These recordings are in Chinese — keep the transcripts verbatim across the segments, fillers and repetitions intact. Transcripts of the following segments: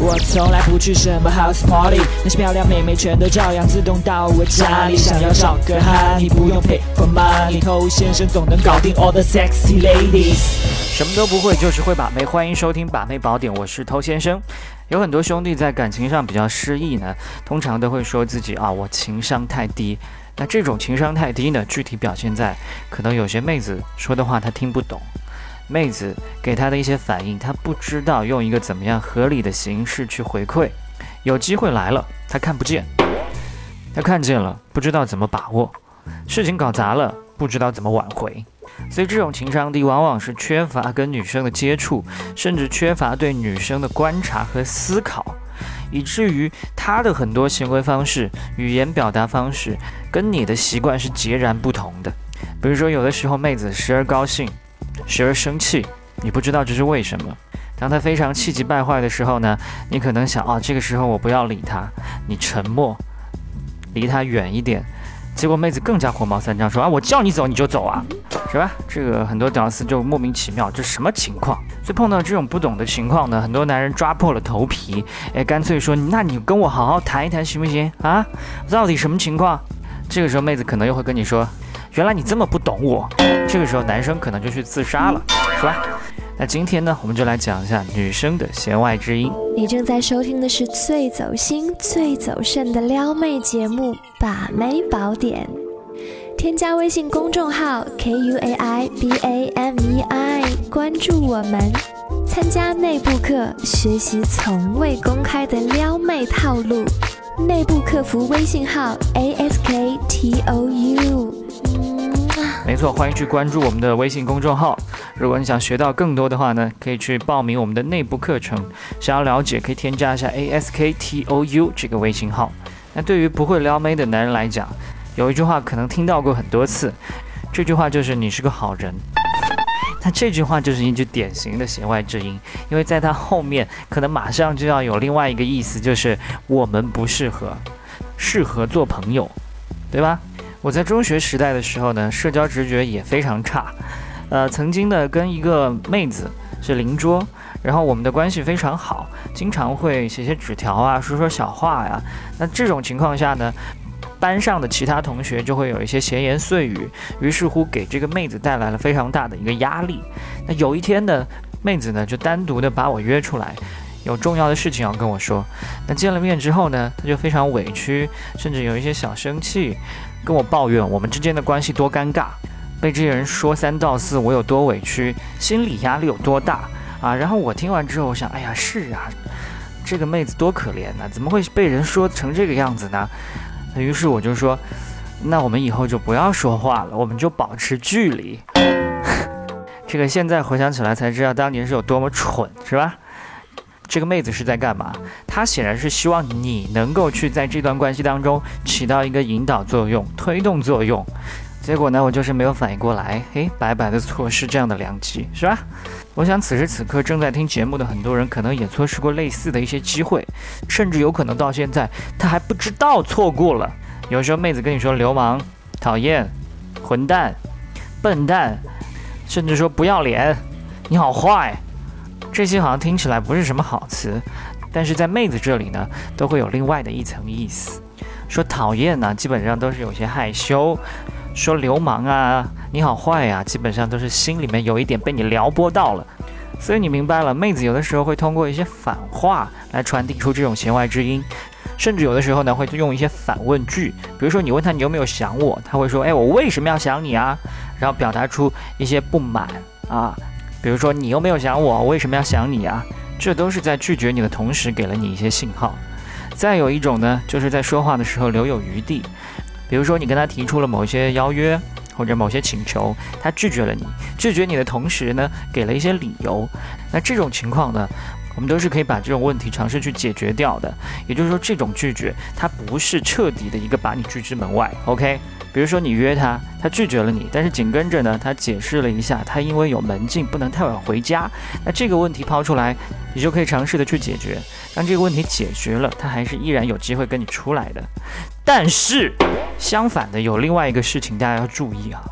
我从来不去什么 house party， 那些漂亮妹妹全都照样自动到我家里。想要找个哈，你不用 pay for money， 偷先生总能搞定 all the sexy ladies。 什么都不会，就是会把妹。欢迎收听把妹宝典，我是偷先生。有很多兄弟在感情上比较失意呢，通常都会说自己啊，我情商太低。那这种情商太低呢，具体表现在可能有些妹子说的话他听不懂，妹子给他的一些反应，他不知道用一个怎么样合理的形式去回馈。有机会来了，他看不见；他看见了，不知道怎么把握；事情搞砸了，不知道怎么挽回。所以这种情商低往往是缺乏跟女生的接触，甚至缺乏对女生的观察和思考，以至于他的很多行为方式、语言表达方式跟你的习惯是截然不同的。比如说有的时候妹子时而高兴，时而生气，你不知道这是为什么。当她非常气急败坏的时候呢，你可能想啊，这个时候我不要理她，你沉默，离她远一点。结果妹子更加火冒三丈，说啊，我叫你走你就走啊，是吧？这个很多屌丝就莫名其妙，这什么情况？所以碰到这种不懂的情况呢，很多男人抓破了头皮，哎，干脆说，那你跟我好好谈一谈行不行啊？到底什么情况？这个时候妹子可能又会跟你说，原来你这么不懂我。这个时候男生可能就去自杀了，是吧？那今天呢，我们就来讲一下女生的弦外之音。 你正在收听的是最走心、最走肾的撩妹节目《把妹宝典》。添加微信公众号 K U A I B A M E I， 关注我们，参加内部课，学习从未公开的撩妹套路。内部客服微信号 A S K T O U。 没错，欢迎去关注我们的微信公众号。如果你想学到更多的话呢，可以去报名我们的内部课程。想要了解，可以添加一下 A S K T O U 这个微信号。那对于不会撩妹的男人来讲，有一句话可能听到过很多次，这句话就是你是个好人。那这句话就是一句典型的弦外之音，因为在它后面可能马上就要有另外一个意思，就是我们不适合，适合做朋友，对吧？我在中学时代的时候呢，社交直觉也非常差，呃，曾经呢跟一个妹子是邻桌，然后我们的关系非常好，经常会写写纸条啊，说说小话呀。那这种情况下呢，班上的其他同学就会有一些闲言碎语，于是乎给这个妹子带来了非常大的一个压力。那有一天呢，妹子呢就单独的把我约出来，有重要的事情要跟我说。那见了面之后呢，她就非常委屈，甚至有一些小生气，跟我抱怨我们之间的关系多尴尬，被这些人说三道四，我有多委屈，心理压力有多大啊！然后我听完之后，我想，哎呀，是啊，这个妹子多可怜啊，怎么会被人说成这个样子呢？于是我就说，那我们以后就不要说话了，我们就保持距离。这个现在回想起来才知道，当年是有多么蠢，是吧？这个妹子是在干嘛？她显然是希望你能够去在这段关系当中起到一个引导作用、推动作用。结果呢，我就是没有反应过来，诶，白白的错失这样的良机，是吧？我想此时此刻正在听节目的很多人，可能也错失过类似的一些机会，甚至有可能到现在他还不知道错过了。有时候妹子跟你说流氓、讨厌、混蛋、笨蛋，甚至说不要脸、你好坏。这些好像听起来不是什么好词，但是在妹子这里呢，都会有另外的一层意思。说讨厌呢，基本上都是有些害羞；说流氓啊、你好坏啊，基本上都是心里面有一点被你撩拨到了。所以你明白了，妹子有的时候会通过一些反话来传递出这种弦外之音，甚至有的时候呢，会用一些反问句。比如说你问他你有没有想我，他会说，哎，我为什么要想你啊？然后表达出一些不满啊。比如说你有没有想我，为什么要想你啊？这都是在拒绝你的同时给了你一些信号。再有一种呢，就是在说话的时候留有余地。比如说你跟他提出了某一些邀约或者某些请求，他拒绝了你，拒绝你的同时呢，给了一些理由。那这种情况呢，我们都是可以把这种问题尝试去解决掉的。也就是说，这种拒绝它不是彻底的一个把你拒之门外 OK。比如说你约他，他拒绝了你，但是紧跟着呢，他解释了一下，他因为有门禁不能太晚回家。那这个问题抛出来，你就可以尝试的去解决。当这个问题解决了，他还是依然有机会跟你出来的。但是相反的，有另外一个事情大家要注意啊，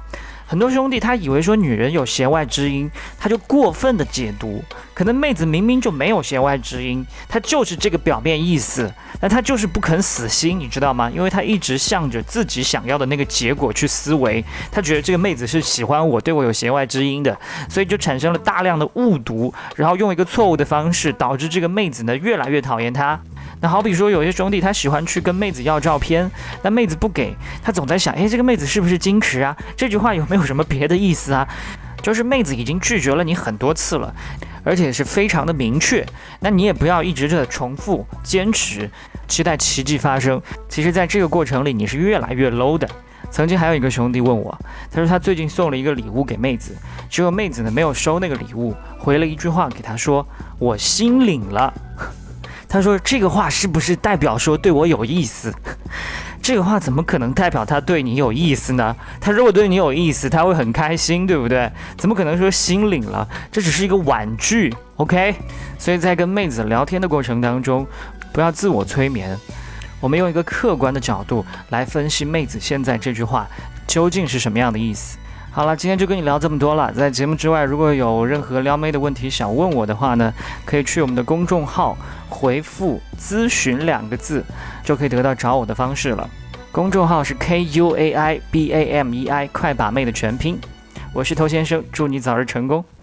很多兄弟他以为说女人有弦外之音，他就过分的解读，可能妹子明明就没有弦外之音，她就是这个表面意思，但她就是不肯死心，你知道吗？因为她一直向着自己想要的那个结果去思维，她觉得这个妹子是喜欢我，对我有弦外之音的，所以就产生了大量的误读，然后用一个错误的方式，导致这个妹子呢越来越讨厌他。那好比说有些兄弟他喜欢去跟妹子要照片，但妹子不给，他总在想，哎，这个妹子是不是矜持啊？这句话有没有什么别的意思啊？就是妹子已经拒绝了你很多次了，而且是非常的明确，那你也不要一直的重复坚持，期待奇迹发生。其实在这个过程里你是越来越 low 的。曾经还有一个兄弟问我，他说他最近送了一个礼物给妹子，结果妹子呢没有收那个礼物，回了一句话给他说，我心领了。他说这个话是不是代表说对我有意思？这个话怎么可能代表他对你有意思呢？他如果对你有意思，他会很开心，对不对？怎么可能说心领了？这只是一个婉句 ，OK？ 所以在跟妹子聊天的过程当中，不要自我催眠，我们用一个客观的角度来分析妹子现在这句话究竟是什么样的意思。好了，今天就跟你聊这么多了。在节目之外，如果有任何撩妹的问题想问我的话呢，可以去我们的公众号回复咨询两个字，就可以得到找我的方式了。公众号是 K U A I B A M E I 快把妹的全拼。我是头先生，祝你早日成功。